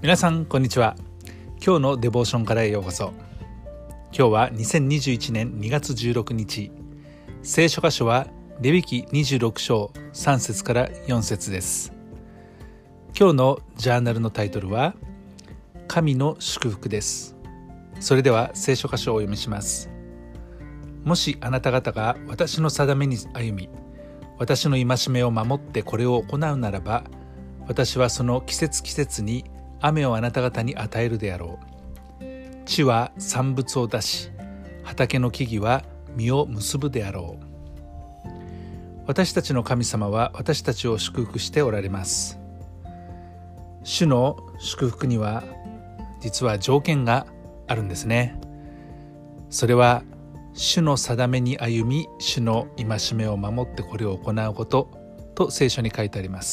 皆さんこんにちは。今日のデボーションからへようこそ。今日は2021年2月16日。聖書箇所はレビ記26章3節から4節です。今日のジャーナルのタイトルは神の祝福です。それでは聖書箇所をお読みします。もしあなた方が私の定めに歩み、私の戒めを守ってこれを行うならば、私はその季節に雨をあなた方に与えるであろう。地は産物を出し、畑の木々は実を結ぶであろう。私たちの神様は私たちを祝福しておられます。主の祝福には実は条件があるんですね。それは主の定めに歩み、主の戒めを守ってこれを行うことと聖書に書いてあります。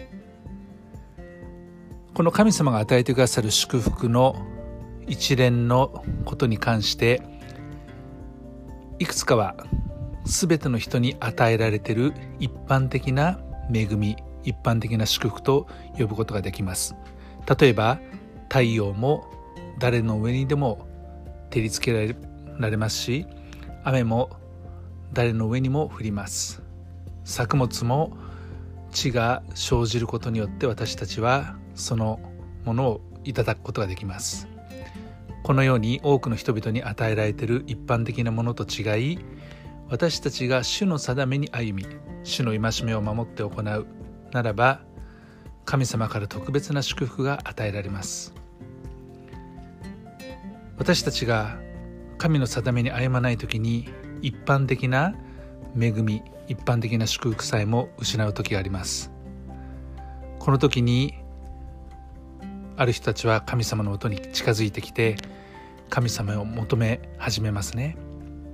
この神様が与えてくださる祝福の一連のことに関していくつかは全ての人に与えられている一般的な恵み、一般的な祝福と呼ぶことができます。例えば太陽も誰の上にでも照りつけられますし、雨も誰の上にも降ります。作物も地が生じることによって私たちはそのものをいただくことができます。このように多くの人々に与えられている一般的なものと違い、私たちが主の定めに歩み、主の戒めを守って行うならば、神様から特別な祝福が与えられます。私たちが神の定めに歩まないときに、一般的な恵み、一般的な祝福さえも失うときがあります。この時にある人たちは神様のもとに近づいてきて神様を求め始めますね。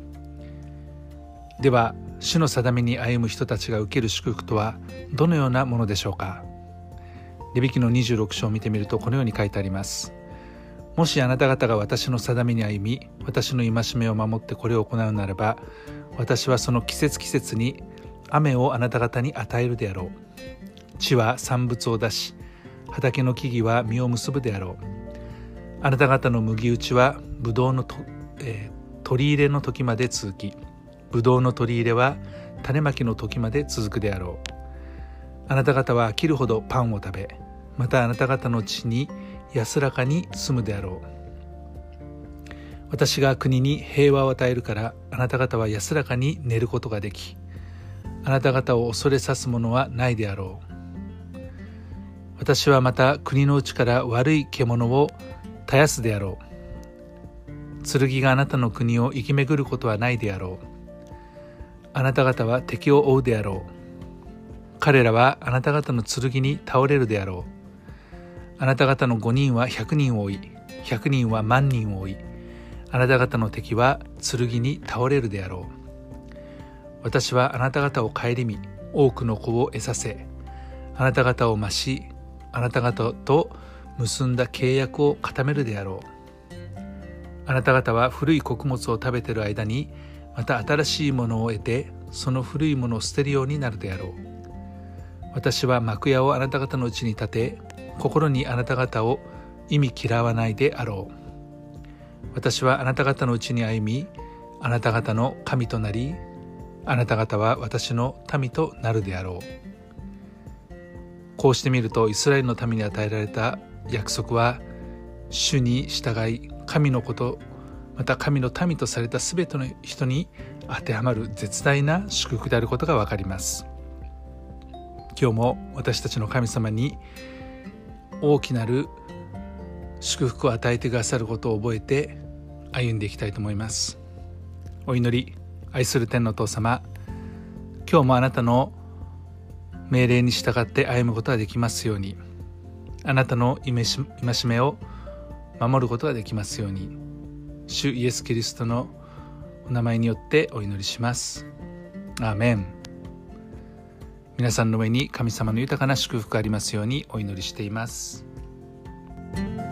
では主の定めに歩む人たちが受ける祝福とはどのようなものでしょうか。レビ記の26章を見てみるとこのように書いてあります。もしあなた方が私の定めに歩み、私の戒めを守ってこれを行うならば、私はその季節に雨をあなた方に与えるであろう。地は産物を出し、畑の木々は実を結ぶであろう。あなた方の麦打ちはブドウの取り入れの時まで続き、ブドウの取り入れは種まきの時まで続くであろう。あなた方は飽きるほどパンを食べ、またあなた方の地に安らかに住むであろう。私が国に平和を与えるから、あなた方は安らかに寝ることができ、あなた方を恐れさすものはないであろう。私はまた国のうちから悪い獣を絶やすであろう。剣があなたの国を生き巡ることはないであろう。あなた方は敵を追うであろう。彼らはあなた方の剣に倒れるであろう。あなた方の5人は100人を追い、100人は万人を追い、あなた方の敵は剣に倒れるであろう。私はあなた方を顧み、多くの子を得させ、あなた方を増し、あなた方と結んだ契約を固めるであろう。あなた方は古い穀物を食べている間に、また新しいものを得て、その古いものを捨てるようになるであろう。私は幕屋をあなた方のうちに建て、心にあなた方を忌み嫌わないであろう。私はあなた方のうちに歩み、あなた方の神となり、あなた方は私の民となるであろう。こうしてみると、イスラエルの民に与えられた約束は、主に従い、神のこと、また神の民とされたすべての人に当てはまる絶大な祝福であることがわかります。今日も私たちの神様に大きなる祝福を与えてくださることを覚えて歩んでいきたいと思います。お祈り。愛する天のお父様、今日もあなたの命令に従って歩むことができますように、あなたの戒めを守ることができますように、主イエス・キリストのお名前によってお祈りします。アーメン。皆さんの上に神様の豊かな祝福がありますようにお祈りしています。